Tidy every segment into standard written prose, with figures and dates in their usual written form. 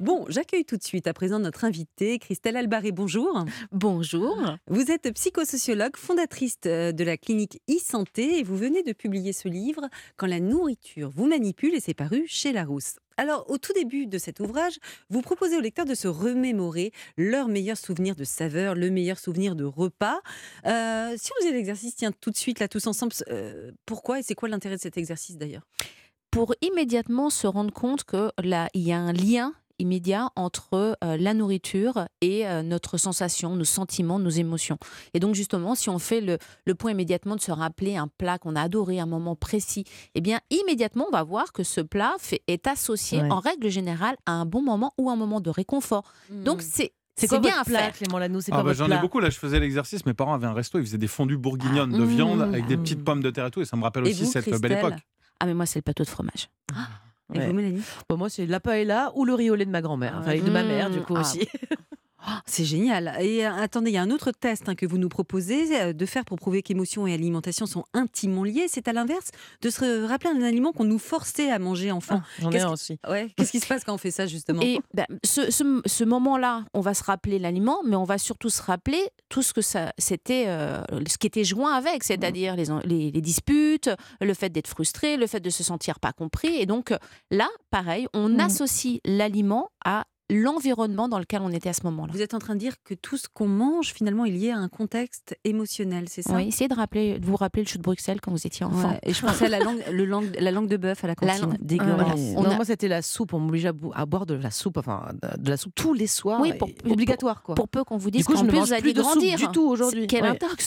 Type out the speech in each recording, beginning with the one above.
Bon, j'accueille tout de suite à présent notre invitée, Christelle Albaré. Bonjour. Bonjour. Vous êtes psychosociologue, fondatrice de la clinique e-santé et vous venez de publier ce livre Quand la nourriture vous manipule et c'est paru chez Larousse. Alors, au tout début de cet ouvrage, vous proposez aux lecteurs de se remémorer leur meilleur souvenir de saveur, le meilleur souvenir de repas. Si on faisait l'exercice, tiens, tout de suite, là, tous ensemble, pourquoi et c'est quoi l'intérêt de cet exercice d'ailleurs ? Pour immédiatement se rendre compte que là, il y a un lien immédiat entre la nourriture et notre sensation, nos sentiments, nos émotions. Et donc justement, si on fait le point immédiatement de se rappeler un plat qu'on a adoré, un moment précis, eh bien immédiatement, on va voir que ce plat est associé en règle générale à un bon moment ou un moment de réconfort. Donc C'est quoi bien votre à plat, faire. Clément Lanoux? C'est quoi votre J'en ai plat? beaucoup, là je faisais l'exercice, mes parents avaient un resto, ils faisaient des fondues bourguignonnes de viande avec des petites pommes de terre et tout, et ça me rappelle Et aussi vous, cette belle Christelle époque. Ah mais moi, c'est le plateau de fromage. Et vous, Mélanie ? Bon, moi, c'est la paella ou le riz au lait de ma grand-mère, enfin, et de ma mère, du coup, aussi. C'est génial. Et attendez, il y a un autre test que vous nous proposez de faire pour prouver qu'émotion et alimentation sont intimement liées. C'est à l'inverse de se rappeler un aliment qu'on nous forçait à manger enfant. J'en ai un aussi. Qu'est-ce qui se passe quand on fait ça justement ? Et ce moment-là, on va se rappeler l'aliment, mais on va surtout se rappeler tout ce que c'était, ce qui était joint avec, c'est-à-dire les disputes, le fait d'être frustré, le fait de se sentir pas compris. Et donc là, pareil, on associe l'aliment à l'environnement dans lequel on était à ce moment-là. Vous êtes en train de dire que tout ce qu'on mange, finalement, est lié à un contexte émotionnel, c'est ça ? Oui, essayez de vous rappeler le chou de Bruxelles quand vous étiez enfant. Ouais, et je pensais à la langue de bœuf à la cantine. Dégueulasse. Moi, c'était la soupe. On m'obligeait à boire de la soupe, de la soupe tous les soirs. Oui, obligatoire, quoi. Pour peu qu'on vous dise du coup, qu'en je ne plus mange vous allez plus de grandir. soupe du tout aujourd'hui. Quel intox.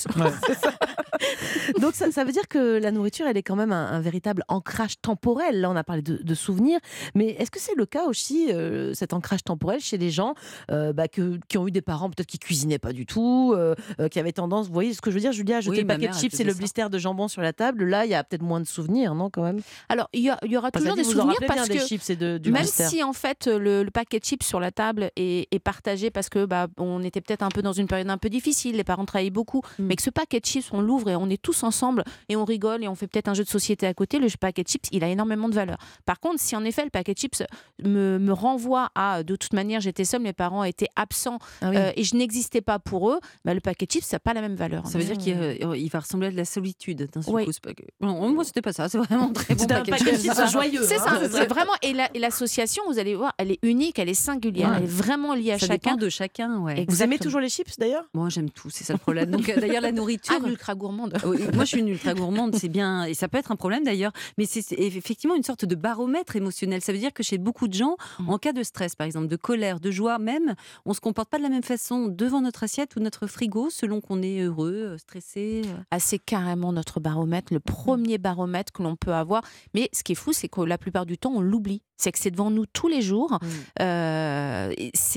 Donc ça veut dire que la nourriture, elle est quand même un véritable ancrage temporel. Là, on a parlé de souvenirs, mais est-ce que c'est le cas aussi, cet ancrage temporel chez les gens qui ont eu des parents peut-être qui cuisinaient pas du tout, qui avaient tendance, vous voyez ce que je veux dire, Julia, à jeter le paquet de chips et le blister de jambon sur la table. Là, il y a peut-être moins de souvenirs, non, quand même? Alors, il y aura toujours des souvenirs parce des que chips et du même blister. si en fait le paquet de chips sur la table est partagé parce que on était peut-être un peu dans une période un peu difficile, les parents travaillaient beaucoup, mais que ce paquet de chips, on l'ouvre et on est tous ensemble et on rigole et on fait peut-être un jeu de société à côté, le paquet de chips, il a énormément de valeur. Par contre, si en effet le paquet de chips me renvoie à de toute manière j'étais seule, mes parents étaient absents et je n'existais pas pour eux, le paquet de chips, ça n'a pas la même valeur. Ça veut dire qu'il va ressembler à de la solitude. Moi, c'était pas ça. C'est vraiment très bon. C'était un paquet de chips joyeux. C'est ça, c'est vraiment. Et l'association, vous allez voir, elle est unique, elle est singulière, elle est vraiment liée à ça chacun. dépend de chacun. Ouais. Vous aimez toujours les chips, d'ailleurs? Moi, j'aime tout. C'est ça le problème. Donc, d'ailleurs, la nourriture. Une ultra gourmande. Moi, je suis une ultra gourmande. C'est bien. Et ça peut être un problème d'ailleurs. Mais c'est effectivement une sorte de baromètre émotionnel. Ça veut dire que chez beaucoup de gens, en cas de stress, par exemple, de colère, de joie même, on se comporte pas de la même façon devant notre assiette ou notre frigo selon qu'on est heureux, stressé. C'est carrément notre baromètre, le premier baromètre que l'on peut avoir. Mais ce qui est fou, c'est que la plupart du temps, on l'oublie. C'est que c'est devant nous tous les jours. On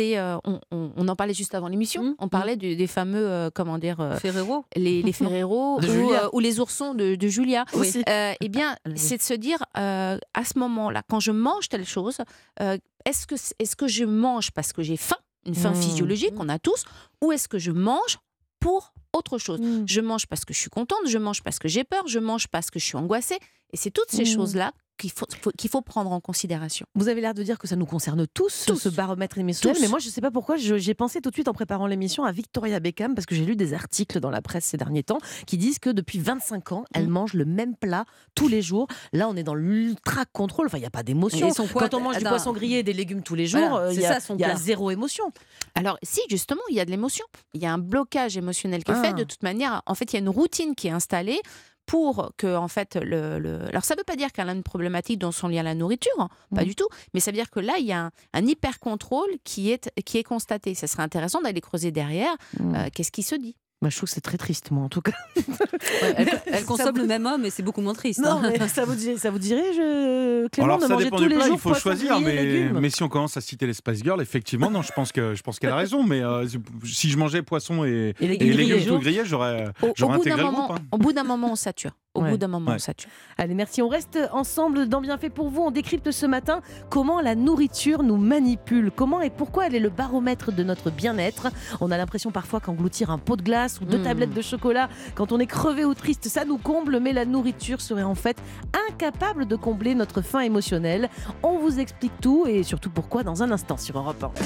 en parlait juste avant l'émission. On parlait des fameux, Ferrero. Les Ferrero ou les oursons de Julia. Eh bien, c'est de se dire, à ce moment-là, quand je mange telle chose, est-ce que je mange parce que j'ai faim, une faim physiologique qu'on a tous, ou est-ce que je mange pour autre chose? Je mange parce que je suis contente, je mange parce que j'ai peur, je mange parce que je suis angoissée. Et c'est toutes ces choses-là qu'il faut prendre en considération. Vous avez l'air de dire que ça nous concerne tous. Ce baromètre émotionnel. Mais moi, je ne sais pas pourquoi, j'ai pensé tout de suite en préparant l'émission à Victoria Beckham, parce que j'ai lu des articles dans la presse ces derniers temps qui disent que depuis 25 ans, elle mange le même plat tous les jours. Là, on est dans l'ultra-contrôle. Enfin, il n'y a pas d'émotion. Quand on mange du poisson grillé et des légumes tous les jours, il y a zéro émotion. Alors, si, justement, il y a de l'émotion. Il y a un blocage émotionnel qui est fait. De toute manière, en fait, il y a une routine qui est installée pour que, en fait, alors ça ne veut pas dire qu'elle a une problématique dans son lien à la nourriture, pas du tout, mais ça veut dire que là, il y a un hyper-contrôle qui est constaté. Ça serait intéressant d'aller creuser derrière. Qu'est-ce qui se dit? Je trouve que c'est très triste, moi, en tout cas. Elle consomme le même homme, mais c'est beaucoup moins triste. Non, mais ça vous dirait, Clément, alors, de ça manger dépend tous du les plat, jours il faut poisson choisir, grillé, légumes. mais si on commence à citer les Spice Girls, effectivement, non, je pense qu'elle a raison, mais si je mangeais poisson et légumes tout grillés, j'aurais intégré le groupe. Au bout d'un moment, on sature. au bout d'un moment, ça tue. Allez, merci. On reste ensemble dans Bienfait pour vous. On décrypte ce matin comment la nourriture nous manipule, comment et pourquoi elle est le baromètre de notre bien-être. On a l'impression parfois qu'engloutir un pot de glace ou 2 tablettes de chocolat, quand on est crevé ou triste, ça nous comble, mais la nourriture serait en fait incapable de combler notre faim émotionnelle. On vous explique tout et surtout pourquoi dans un instant sur Europe 1.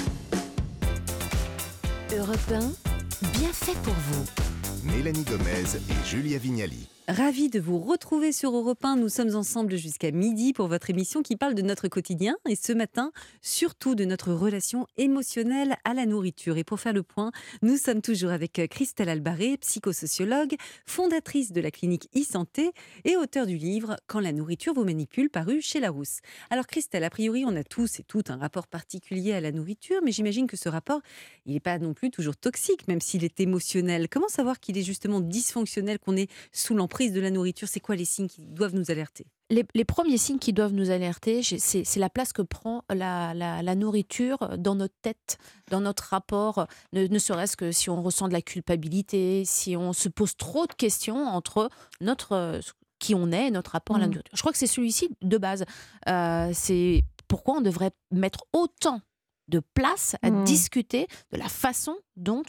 Europe 1, bien fait pour vous. Mélanie Gomez et Julia Vignali. Ravi de vous retrouver sur Europe 1. Nous sommes ensemble jusqu'à midi pour votre émission qui parle de notre quotidien et ce matin, surtout de notre relation émotionnelle à la nourriture. Et pour faire le point, nous sommes toujours avec Christelle Albaré, psychosociologue, fondatrice de la clinique e-santé et auteure du livre « Quand la nourriture vous manipule » paru chez Larousse. Alors Christelle, a priori, on a tous et toutes un rapport particulier à la nourriture, mais j'imagine que ce rapport, il n'est pas non plus toujours toxique, même s'il est émotionnel. Comment savoir qu'il est justement dysfonctionnel, qu'on est sous l'emprise de la nourriture? C'est quoi les signes qui doivent nous alerter? Les premiers signes qui doivent nous alerter, c'est la place que prend la nourriture dans notre tête, dans notre rapport, ne serait-ce que si on ressent de la culpabilité, si on se pose trop de questions entre qui on est et notre rapport à la nourriture. Je crois que c'est celui-ci de base. C'est pourquoi on devrait mettre autant de place à discuter de la façon dont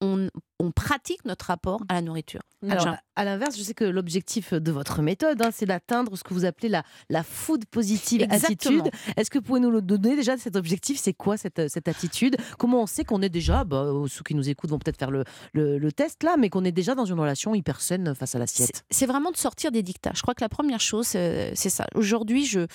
on pratique notre rapport à la nourriture. Alors, à l'inverse, je sais que l'objectif de votre méthode, c'est d'atteindre ce que vous appelez la food positive attitude. Est-ce que vous pouvez nous le donner déjà, cet objectif? C'est quoi cette attitude? Comment on sait qu'on est déjà, ceux qui nous écoutent vont peut-être faire le test là, mais qu'on est déjà dans une relation hyper saine face à l'assiette? C'est vraiment de sortir des dictats. Je crois que la première chose, c'est ça. Aujourd'hui, je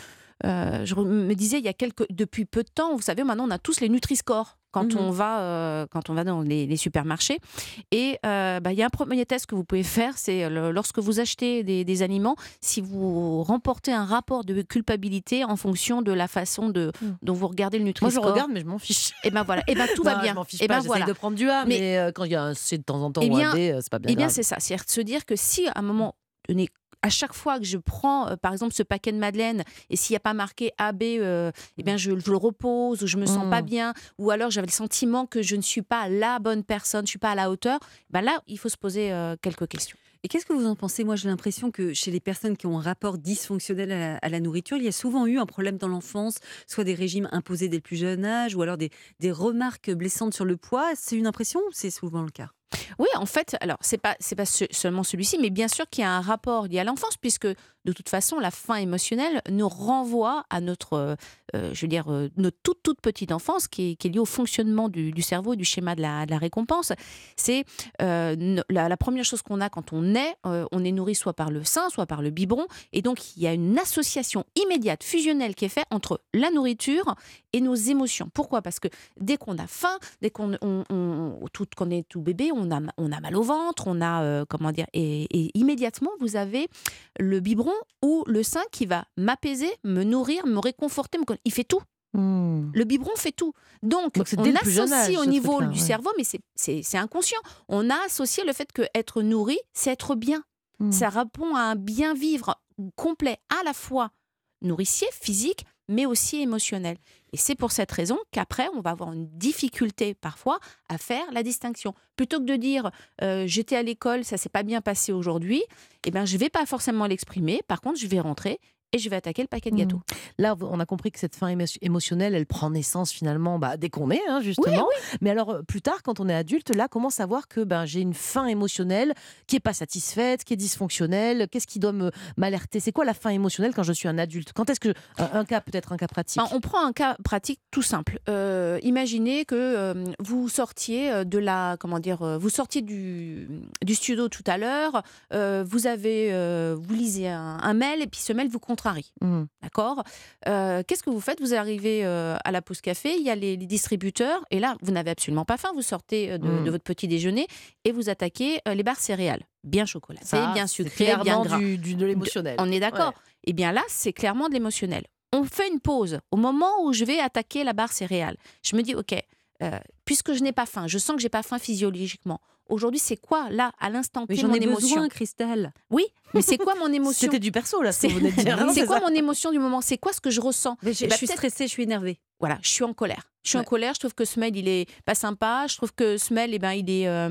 me disais, depuis peu de temps, vous savez, maintenant on a tous les Nutri-Score quand on va dans les supermarchés. Et il y a un premier test que vous pouvez faire, c'est lorsque vous achetez des aliments, si vous remportez un rapport de culpabilité en fonction de la façon dont vous regardez le Nutri-Score. Moi je regarde, mais je m'en fiche. Et ben voilà, et ben tout va bien. Je m'en fiche pas, j'essaye de prendre du A, mais quand il y a un C de temps en temps ou un D, c'est pas bien grave. Eh bien c'est ça, c'est-à-dire de se dire que si à un moment donné, à chaque fois que je prends, par exemple, ce paquet de madeleine, et s'il n'y a pas marqué A, B, eh bien je le repose, ou je ne me sens pas bien, ou alors j'avais le sentiment que je ne suis pas la bonne personne, je ne suis pas à la hauteur, ben là, il faut se poser quelques questions. Et qu'est-ce que vous en pensez? Moi, j'ai l'impression que chez les personnes qui ont un rapport dysfonctionnel à la nourriture, il y a souvent eu un problème dans l'enfance, soit des régimes imposés dès le plus jeune âge, ou alors des remarques blessantes sur le poids. C'est une impression ou c'est souvent le cas? Oui, en fait, alors c'est pas seulement celui-ci, mais bien sûr qu'il y a un rapport lié à l'enfance, puisque de toute façon, la faim émotionnelle nous renvoie à notre toute petite enfance qui est liée au fonctionnement du cerveau, du schéma de la récompense. C'est la première chose qu'on a quand on est nourri soit par le sein, soit par le biberon, et donc il y a une association immédiate, fusionnelle qui est faite entre la nourriture et nos émotions. Pourquoi? Parce que dès qu'on a faim, dès qu'on est tout bébé, on a mal au ventre, et immédiatement vous avez le biberon ou le sein qui va m'apaiser, me nourrir, me réconforter, il fait tout. Le biberon fait tout. Donc on associe au niveau du cerveau, mais c'est inconscient. On a associé le fait qu'être nourri, c'est être bien. Ça répond à un bien vivre complet, à la fois nourricier, physique, mais aussi émotionnel. Et c'est pour cette raison qu'après, on va avoir une difficulté parfois à faire la distinction. Plutôt que de dire j'étais à l'école, ça s'est pas bien passé aujourd'hui, eh ben, je vais pas forcément l'exprimer. Par contre, je vais rentrer et je vais attaquer le paquet de gâteaux. Là, on a compris que cette faim émotionnelle, elle prend naissance finalement dès qu'on est, justement. Oui. Mais alors, plus tard, quand on est adulte, là, comment savoir que j'ai une faim émotionnelle qui n'est pas satisfaite, qui est dysfonctionnelle? Qu'est-ce qui doit m'alerter? C'est quoi la faim émotionnelle quand je suis un adulte? Quand est-ce que un cas pratique? On prend un cas pratique tout simple. Imaginez que vous sortiez vous sortiez du studio tout à l'heure, vous lisez un mail et puis ce mail vous contrarie. D'accord? Qu'est-ce que vous faites? Vous arrivez à la pause café, il y a les distributeurs, et là, vous n'avez absolument pas faim, vous sortez de votre petit déjeuner et vous attaquez les barres céréales. Bien chocolatées, bien sucrées, bien gras. De l'émotionnel. On est d'accord? Ouais. Eh bien là, c'est clairement de l'émotionnel. On fait une pause. Au moment où je vais attaquer la barre céréale, je me dis, ok, puisque je n'ai pas faim, je sens que je n'ai pas faim physiologiquement, aujourd'hui, c'est quoi, là, à l'instant Mais T, j'en mon ai émotion? besoin, Christelle. Oui, mais c'est quoi mon émotion? C'était du perso, là, ce que vous venez de dire. C'est quoi mon émotion du moment? C'est quoi ce que je ressens? Mais je suis stressée, je suis énervée. Voilà, je suis en colère. Je suis en colère. Je trouve que ce mail, il est pas sympa. Je trouve que ce mail, il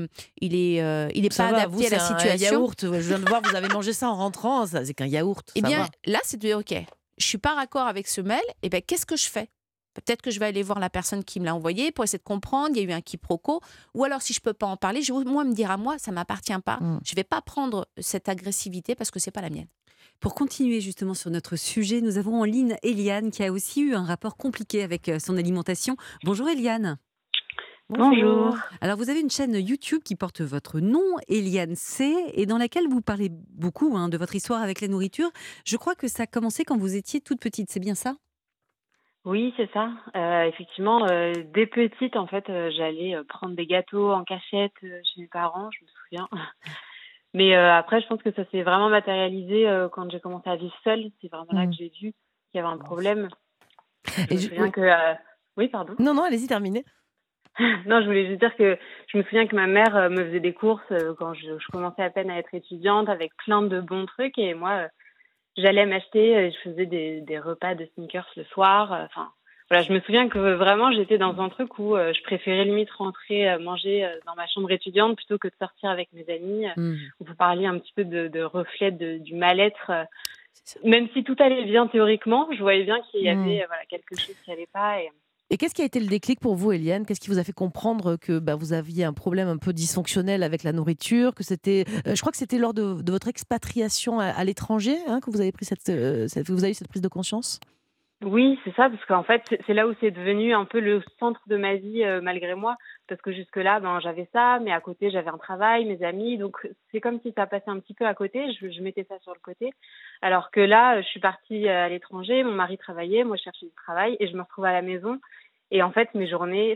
est Ça pas va, adapté vous, à la c'est un situation. yaourt. Je viens de voir, vous avez mangé ça en rentrant. C'est qu'un yaourt. Eh ça bien, va. là, c'est de dire, ok, je suis pas raccord avec ce mail. Et ben, qu'est-ce que je fais? Peut-être que je vais aller voir la personne qui me l'a envoyé pour essayer de comprendre. Il y a eu un quiproquo. Ou alors, si je peux pas en parler, je vais moi me dire à moi, ça m'appartient pas. Je vais pas prendre cette agressivité parce que c'est pas la mienne. Pour continuer justement sur notre sujet, nous avons en ligne Eliane qui a aussi eu un rapport compliqué avec son alimentation. Bonjour Eliane. Bonjour. Alors vous avez une chaîne YouTube qui porte votre nom, Eliane C, et dans laquelle vous parlez beaucoup de votre histoire avec la nourriture. Je crois que ça a commencé quand vous étiez toute petite, c'est bien ça? Oui, c'est ça. Effectivement, dès petite, en fait, j'allais prendre des gâteaux en cachette chez mes parents, je me souviens. Mais après, je pense que ça s'est vraiment matérialisé quand j'ai commencé à vivre seule. C'est vraiment là que j'ai vu qu'il y avait un problème. Je me souviens que... Oui, pardon. Non, allez-y, terminez. Non, je voulais juste dire que je me souviens que ma mère me faisait des courses quand je commençais à peine à être étudiante avec plein de bons trucs. Et moi, j'allais m'acheter, je faisais des repas de sneakers le soir. Voilà, je me souviens que vraiment, j'étais dans un truc où je préférais limite rentrer manger dans ma chambre étudiante plutôt que de sortir avec mes amis. Où vous parliez un petit peu de reflet du mal-être. Même si tout allait bien théoriquement, je voyais bien qu'il y avait quelque chose qui n'allait pas. Et qu'est-ce qui a été le déclic pour vous, Eliane? Qu'est-ce qui vous a fait comprendre que vous aviez un problème un peu dysfonctionnel avec la nourriture, que c'était, je crois que c'était lors de votre expatriation à l'étranger que vous avez pris vous avez eu cette prise de conscience? Oui, c'est ça, parce qu'en fait, c'est là où c'est devenu un peu le centre de ma vie malgré moi, parce que jusque-là, j'avais ça, mais à côté, j'avais un travail, mes amis, donc c'est comme si ça passait un petit peu à côté, je mettais ça sur le côté, alors que là, je suis partie à l'étranger, mon mari travaillait, moi je cherchais du travail, et je me retrouvais à la maison, et en fait, mes journées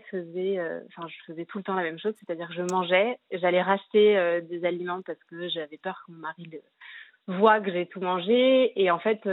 je faisais tout le temps la même chose, c'est-à-dire que je mangeais, j'allais racheter des aliments parce que j'avais peur que mon mari voit que j'ai tout mangé, et en fait...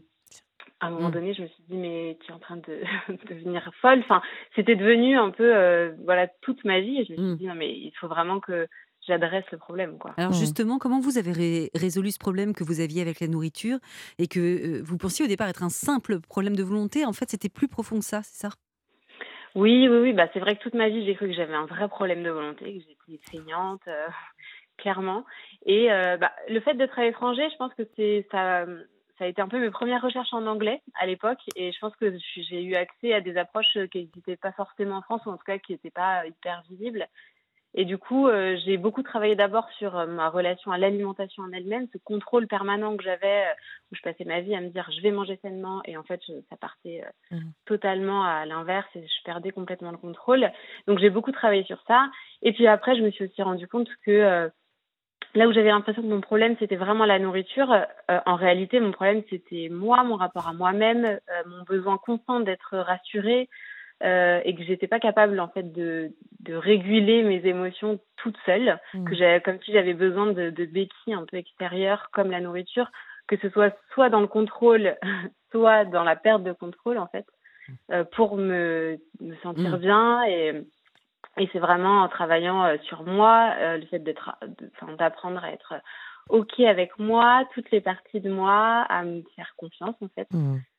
à un moment donné, je me suis dit, mais tu es en train de devenir folle. C'était devenu un peu toute ma vie. Et je me suis dit, non, mais il faut vraiment que j'adresse le problème, quoi. Alors justement, comment vous avez résolu ce problème que vous aviez avec la nourriture et que vous pensiez au départ être un simple problème de volonté? En fait, c'était plus profond que ça, c'est ça? Oui. C'est vrai que toute ma vie, j'ai cru que j'avais un vrai problème de volonté, que j'étais feignante, clairement. Et le fait d'être à l'étranger, je pense que ça a été un peu mes premières recherches en anglais à l'époque, et je pense que j'ai eu accès à des approches qui n'existaient pas forcément en France, ou en tout cas qui n'étaient pas hyper visibles. Et du coup, j'ai beaucoup travaillé d'abord sur ma relation à l'alimentation en elle-même, ce contrôle permanent que j'avais, où je passais ma vie à me dire je vais manger sainement, et en fait ça partait totalement à l'inverse, et je perdais complètement le contrôle. Donc j'ai beaucoup travaillé sur ça, et puis après je me suis aussi rendu compte que là où j'avais l'impression que mon problème, c'était vraiment la nourriture, en réalité, mon problème, c'était moi, mon rapport à moi-même, mon besoin constant d'être rassurée, et que j'étais pas capable, en fait, de réguler mes émotions toute seule, que j'avais, comme si j'avais besoin de béquilles un peu extérieures, comme la nourriture, que ce soit dans le contrôle, soit dans la perte de contrôle, en fait, pour me sentir bien. Et c'est vraiment en travaillant sur moi, le fait d'apprendre à être OK avec moi, toutes les parties de moi, à me faire confiance, en fait.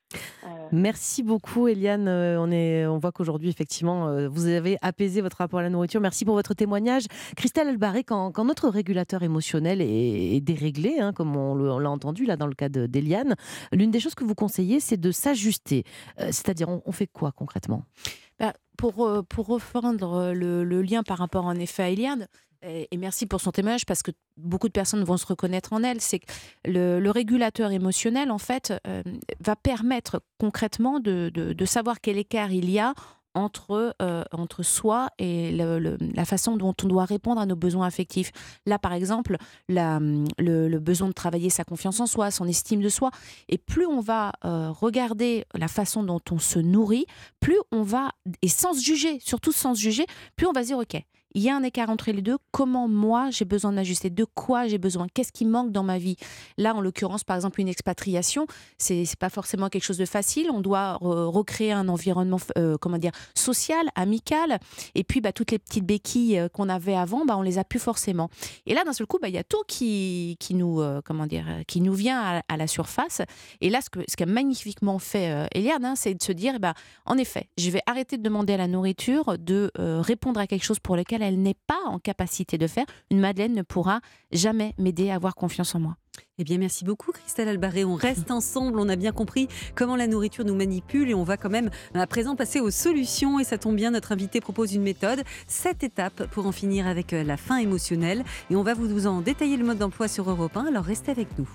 Merci beaucoup, Eliane. On voit qu'aujourd'hui, effectivement, vous avez apaisé votre rapport à la nourriture. Merci pour votre témoignage. Christelle Albaré, quand notre régulateur émotionnel est déréglé, comme on l'a entendu là dans le cas d'Eliane, l'une des choses que vous conseillez, c'est de s'ajuster. C'est-à-dire, on fait quoi concrètement? Pour reprendre le lien par rapport en effet à Eliane, et merci pour son témoignage parce que beaucoup de personnes vont se reconnaître en elle, c'est que le régulateur émotionnel en fait va permettre concrètement de savoir quel écart il y a entre soi et la façon dont on doit répondre à nos besoins affectifs. Là, par exemple, le besoin de travailler sa confiance en soi, son estime de soi. Et plus on va regarder la façon dont on se nourrit, plus on va, et sans se juger, surtout sans se juger, plus on va se dire, OK, il y a un écart entre les deux. Comment moi, j'ai besoin de m'ajuster? De quoi j'ai besoin? Qu'est-ce qui manque dans ma vie? Là, en l'occurrence, par exemple, une expatriation, c'est pas forcément quelque chose de facile. On doit recréer un environnement social, amical. Et puis, toutes les petites béquilles qu'on avait avant, on les a plus forcément. Et là, d'un seul coup, il y a tout qui nous vient à la surface. Et là, ce qu'a magnifiquement fait Eliane, c'est de se dire, en effet, je vais arrêter de demander à la nourriture de répondre à quelque chose pour lequel elle n'est pas en capacité de faire. Une madeleine ne pourra jamais m'aider à avoir confiance en moi. Eh bien, merci beaucoup, Christelle Albarré. On reste ensemble. On a bien compris comment la nourriture nous manipule et on va quand même à présent passer aux solutions. Et ça tombe bien, notre invité propose une méthode, 7 étapes pour en finir avec la faim émotionnelle. Et on va vous en détailler le mode d'emploi sur Europe 1. Alors restez avec nous.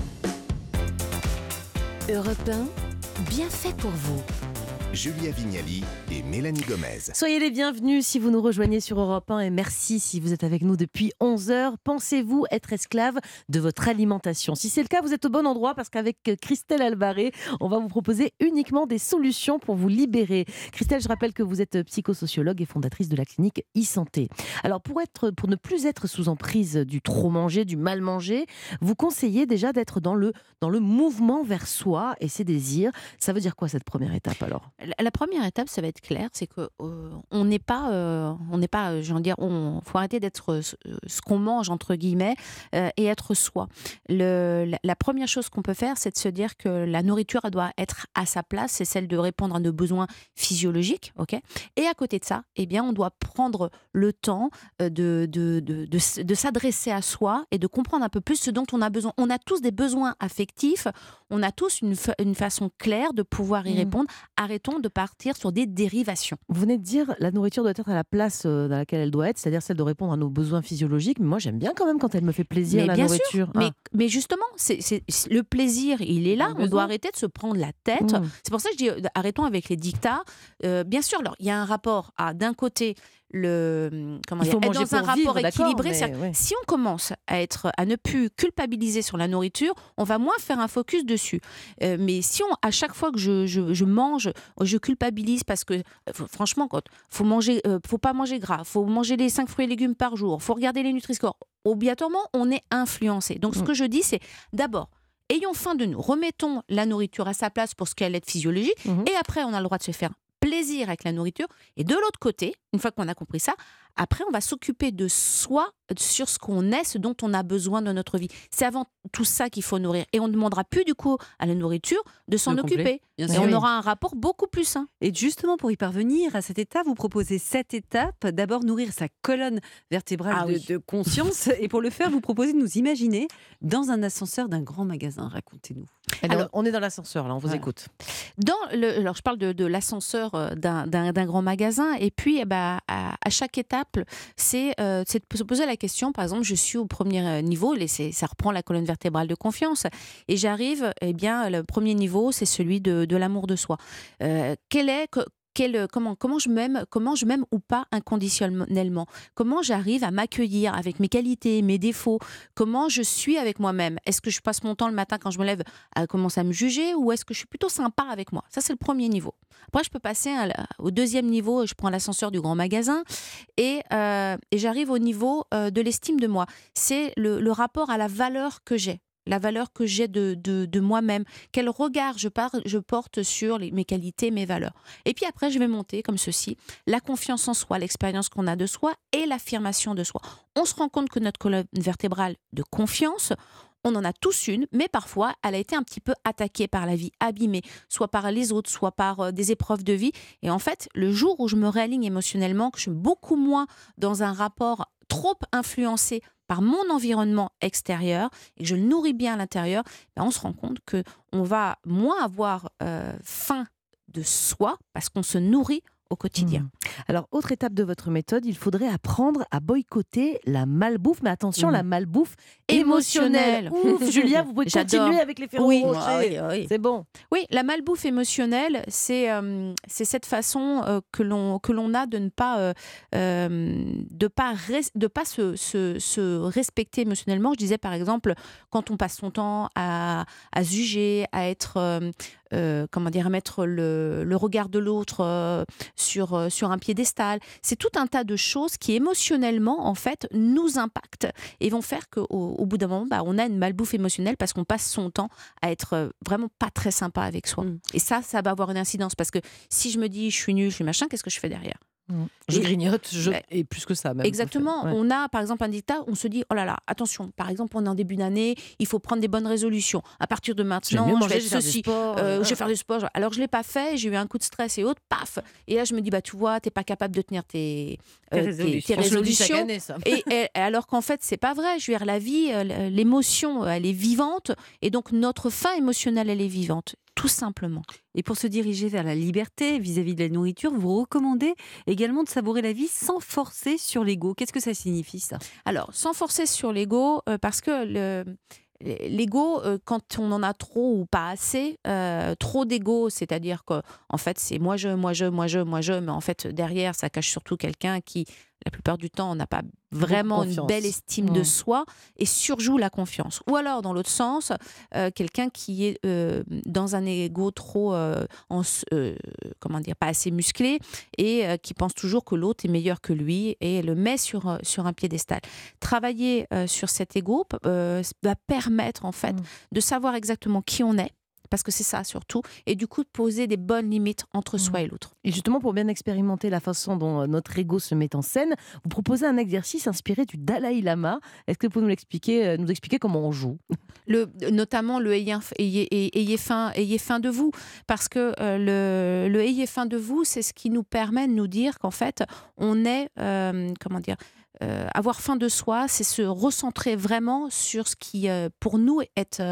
Europe 1, bien fait pour vous. Julia Vignali et Mélanie Gomez. Soyez les bienvenus si vous nous rejoignez sur Europe 1 et merci si vous êtes avec nous depuis 11h. Pensez-vous être esclave de votre alimentation? Si c'est le cas, vous êtes au bon endroit parce qu'avec Christelle Albaré, on va vous proposer uniquement des solutions pour vous libérer. Christelle, je rappelle que vous êtes psychosociologue et fondatrice de la clinique e-santé. Alors pour ne plus être sous emprise du trop manger, du mal manger, vous conseillez déjà d'être dans le mouvement vers soi et ses désirs. Ça veut dire quoi cette première étape alors? La première étape, ça va être clair, c'est que on n'est pas, faut arrêter d'être ce qu'on mange entre guillemets et être soi. La première chose qu'on peut faire, c'est de se dire que la nourriture elle doit être à sa place, c'est celle de répondre à nos besoins physiologiques, ok. Et à côté de ça, on doit prendre le temps de s'adresser à soi et de comprendre un peu plus ce dont on a besoin. On a tous des besoins affectifs, on a tous une façon claire de pouvoir y répondre. Arrêtons de partir sur des dérivations. Vous venez de dire la nourriture doit être à la place dans laquelle elle doit être, c'est-à-dire celle de répondre à nos besoins physiologiques. Mais moi, j'aime bien quand même quand elle me fait plaisir, la nourriture. Sûr, mais justement, le plaisir, il est là. On doit arrêter de se prendre la tête. C'est pour ça que je dis arrêtons avec les dictats. Bien sûr, il y a un rapport à, d'un côté, être dans un rapport équilibré. Si on commence à ne plus culpabiliser sur la nourriture, on va moins faire un focus dessus. Mais si à chaque fois que je mange, je culpabilise parce que franchement, faut pas manger gras, faut manger les 5 fruits et légumes par jour, faut regarder les Nutri-Score. Obligatoirement, on est influencé. Donc ce que je dis, c'est d'abord, ayons faim de nous, remettons la nourriture à sa place pour ce qu'elle est physiologique, et après on a le droit de se faire plaisir avec la nourriture. Et de l'autre côté, une fois qu'on a compris ça, après on va s'occuper de soi, sur ce qu'on est, ce dont on a besoin dans notre vie. C'est avant tout ça qu'il faut nourrir. Et on ne demandera plus du coup à la nourriture de s'en occuper. Et on aura un rapport beaucoup plus sain. Et justement, pour y parvenir à cet état, vous proposez 7 étapes. D'abord, nourrir sa colonne vertébrale de conscience. Et pour le faire, vous proposez de nous imaginer dans un ascenseur d'un grand magasin. Racontez-nous. Alors, on est dans l'ascenseur, là, on vous écoute. Alors, je parle de l'ascenseur d'un grand magasin. Et puis, à chaque étape, c'est de se poser la question. Par exemple, je suis au premier niveau, ça reprend la colonne vertébrale de confiance. Et j'arrive, le premier niveau, c'est celui de l'amour de soi. Comment je m'aime ou pas inconditionnellement, comment j'arrive à m'accueillir avec mes qualités, mes défauts, comment je suis avec moi-même, est-ce que je passe mon temps le matin quand je me lève à commencer à me juger ou est-ce que je suis plutôt sympa avec moi? Ça c'est le premier niveau. Après je peux passer au deuxième niveau, je prends l'ascenseur du grand magasin et j'arrive au niveau de l'estime de moi, c'est le rapport à la valeur que j'ai. La valeur que j'ai de moi-même, quel regard je porte sur mes qualités, mes valeurs. Et puis après, je vais monter comme ceci, la confiance en soi, l'expérience qu'on a de soi et l'affirmation de soi. On se rend compte que notre colonne vertébrale de confiance, on en a tous une, mais parfois, elle a été un petit peu attaquée par la vie, abîmée, soit par les autres, soit par des épreuves de vie. Et en fait, le jour où je me réaligne émotionnellement, que je suis beaucoup moins dans un rapport trop influencé par mon environnement extérieur et que je le nourris bien à l'intérieur, on se rend compte qu'on va moins avoir faim de soi parce qu'on se nourrit au quotidien. Alors, autre étape de votre méthode, il faudrait apprendre à boycotter la malbouffe. Mais attention, la malbouffe émotionnelle. Ouf, Julia, vous pouvez continuer avec les Ferrero Rocher. Oui. C'est bon. Oui, la malbouffe émotionnelle, c'est cette façon que l'on a de ne pas se respecter émotionnellement. Je disais par exemple, quand on passe son temps à se juger, à être comment dire, mettre le regard de l'autre sur un piédestal. C'est tout un tas de choses qui émotionnellement en fait nous impactent et vont faire qu'au bout d'un moment on a une malbouffe émotionnelle parce qu'on passe son temps à être vraiment pas très sympa avec soi. Et ça va avoir une incidence parce que si je me dis je suis nulle, je suis machin, qu'est-ce que je fais derrière ? Je grignote, et plus que ça même. Exactement. Ouais. On a par exemple un dictat, on se dit oh là là, attention, par exemple on est en début d'année, il faut prendre des bonnes résolutions. À partir de maintenant, je vais faire ceci, je vais faire du sport. Alors je l'ai pas fait, j'ai eu un coup de stress et autre, paf. Et là je me dis tu vois, t'es pas capable de tenir tes résolutions. Chaque année, ça. et alors qu'en fait c'est pas vrai. Je veux dire, la vie, l'émotion, elle est vivante et donc notre faim émotionnelle, elle est vivante. Tout simplement. Et pour se diriger vers la liberté vis-à-vis de la nourriture, vous recommandez également de savourer la vie sans forcer sur l'ego. Qu'est-ce que ça signifie, ça ? Alors, sans forcer sur l'ego, parce que l'ego, quand on en a trop ou pas assez, trop d'ego, c'est-à-dire qu'en fait, c'est moi je, mais en fait, derrière, ça cache surtout quelqu'un qui, la plupart du temps, n'a pas vraiment une belle estime de soi et surjoue la confiance. Ou alors, dans l'autre sens, quelqu'un qui est dans un ego trop, comment dire, pas assez musclé et qui pense toujours que l'autre est meilleur que lui et le met sur un piédestal. Travailler sur cet ego va permettre en fait de savoir exactement qui on est, parce que c'est ça surtout, et du coup de poser des bonnes limites entre soi et l'autre. Et justement, pour bien expérimenter la façon dont notre ego se met en scène, vous proposez un exercice inspiré du Dalai Lama. Est-ce que vous pouvez nous expliquer comment on joue ? Notamment le ayez faim de vous, parce que le ayez faim de vous, c'est ce qui nous permet de nous dire qu'en fait, on est, comment dire, avoir faim de soi, c'est se recentrer vraiment sur ce qui, pour nous,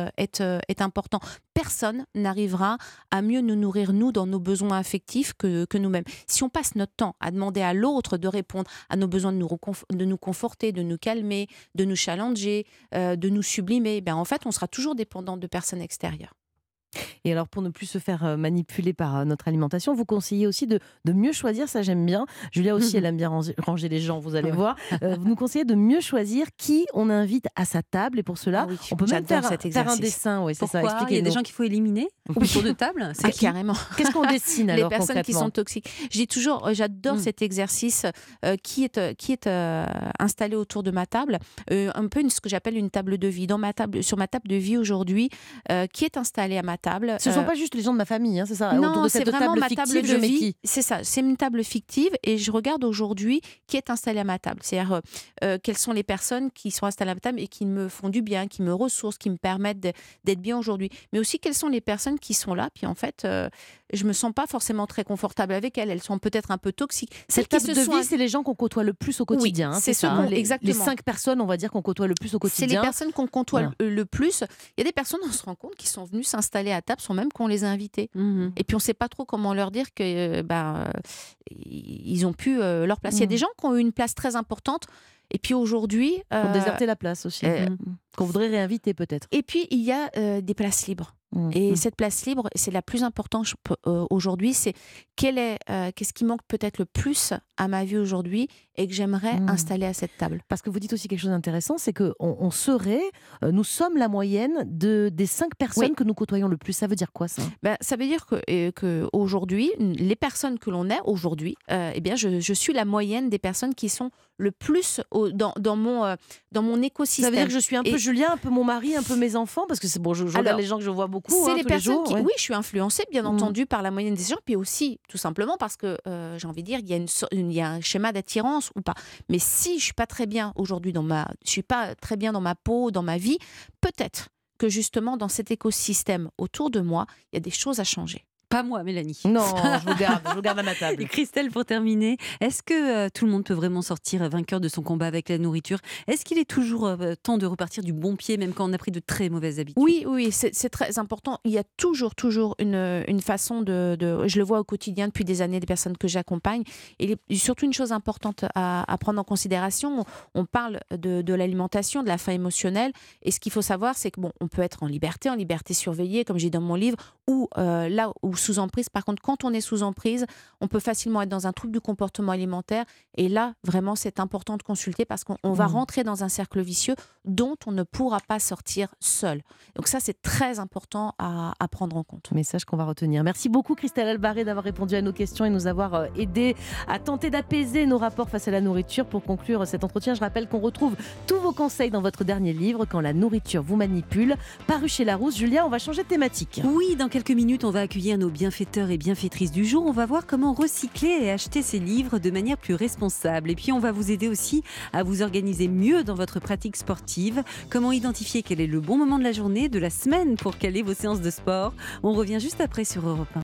est important. Personne n'arrivera à mieux nous nourrir, nous, dans nos besoins affectifs que nous-mêmes. Si on passe notre temps à demander à l'autre de répondre à nos besoins, de nous conforter, de nous calmer, de nous challenger, de nous sublimer, en fait, on sera toujours dépendant de personnes extérieures. Et alors, pour ne plus se faire manipuler par notre alimentation, vous conseillez aussi de mieux choisir, ça j'aime bien. Julia aussi, elle aime bien ranger les gens, vous allez voir. Vous nous conseillez de mieux choisir qui on invite à sa table. Et pour cela, on peut même faire un dessin. Oui, c'est ça. Pourquoi ? Il y a des gens qu'il faut éliminer autour de table. C'est carrément. Qu'est-ce qu'on dessine alors les personnes qui sont toxiques. Je dis toujours, j'adore cet exercice qui est installé autour de ma table. Un peu ce que j'appelle une table de vie. Sur ma table de vie aujourd'hui, qui est installée à ma table. Ce ne sont pas juste les gens de ma famille, hein, c'est ça. Non, autour de cette c'est vraiment table ma fictive, table de vie. qui C'est ça, c'est une table fictive et je regarde aujourd'hui qui est installée à ma table. C'est-à-dire quelles sont les personnes qui sont installées à ma table et qui me font du bien, qui me ressourcent, qui me permettent d'être bien aujourd'hui. Mais aussi quelles sont les personnes qui sont là, puis en fait, je me sens pas forcément très confortable avec elles. Elles sont peut-être un peu toxiques. Cette table de vie, c'est les gens qu'on côtoie le plus au quotidien. Oui, c'est ça. Exactement. Les 5 personnes, on va dire, qu'on côtoie le plus au quotidien. C'est les personnes qu'on côtoie le plus. Il y a des personnes, on se rend compte, qui sont venues s'installer à table sans même qu'on les a invités. Et puis on ne sait pas trop comment leur dire que ils ont pu leur place. Il y a des gens qui ont eu une place très importante. Et puis aujourd'hui, pour déserter la place aussi, qu'on voudrait réinviter peut-être. Et puis il y a des places libres. Et cette place libre, c'est la plus importante aujourd'hui, c'est qu'est-ce qui manque peut-être le plus à ma vie aujourd'hui et que j'aimerais installer à cette table. Parce que vous dites aussi quelque chose d'intéressant, c'est que nous sommes la moyenne des 5 personnes que nous côtoyons le plus. Ça veut dire quoi ça ? Ça veut dire que aujourd'hui, les personnes que l'on est aujourd'hui, je suis la moyenne des personnes qui sont le plus dans mon écosystème. Ça veut dire que je suis un peu Julien, un peu mon mari, un peu mes enfants, parce que c'est bon, je regarde les gens que je vois beaucoup. C'est les tous personnes les jours, oui, je suis influencée bien entendu par la moyenne des gens, puis aussi tout simplement parce que j'ai envie de dire il y a un schéma d'attirance ou pas. Mais si je suis pas très bien aujourd'hui je suis pas très bien dans ma peau, dans ma vie, peut-être que justement dans cet écosystème autour de moi, il y a des choses à changer. Pas moi, Mélanie. Non, je vous garde à ma table. Et Christelle, pour terminer, est-ce que tout le monde peut vraiment sortir vainqueur de son combat avec la nourriture ? Est-ce qu'il est toujours temps de repartir du bon pied, même quand on a pris de très mauvaises habitudes ? Oui, c'est très important. Il y a toujours une façon je le vois au quotidien depuis des années, des personnes que j'accompagne. Et surtout une chose importante à prendre en considération, on parle de l'alimentation, de la faim émotionnelle. Et ce qu'il faut savoir, c'est que on peut être en liberté surveillée, comme j'ai dit dans mon livre, ou là où sous emprise. Par contre, quand on est sous emprise, on peut facilement être dans un trouble du comportement alimentaire. Et là, vraiment, c'est important de consulter parce qu'on va rentrer dans un cercle vicieux dont on ne pourra pas sortir seul. Donc ça, c'est très important à prendre en compte. Message qu'on va retenir. Merci beaucoup Christelle Albarré d'avoir répondu à nos questions et nous avoir aidé à tenter d'apaiser nos rapports face à la nourriture. Pour conclure cet entretien, je rappelle qu'on retrouve tous vos conseils dans votre dernier livre, Quand la nourriture vous manipule, paru chez Larousse. Julia, on va changer de thématique. Oui, dans quelques minutes, on va accueillir nos bienfaiteurs et bienfaitrices du jour. On va voir comment recycler et acheter ces livres de manière plus responsable. Et puis, on va vous aider aussi à vous organiser mieux dans votre pratique sportive. Comment identifier quel est le bon moment de la journée, de la semaine pour caler vos séances de sport. On revient juste après sur Europe 1.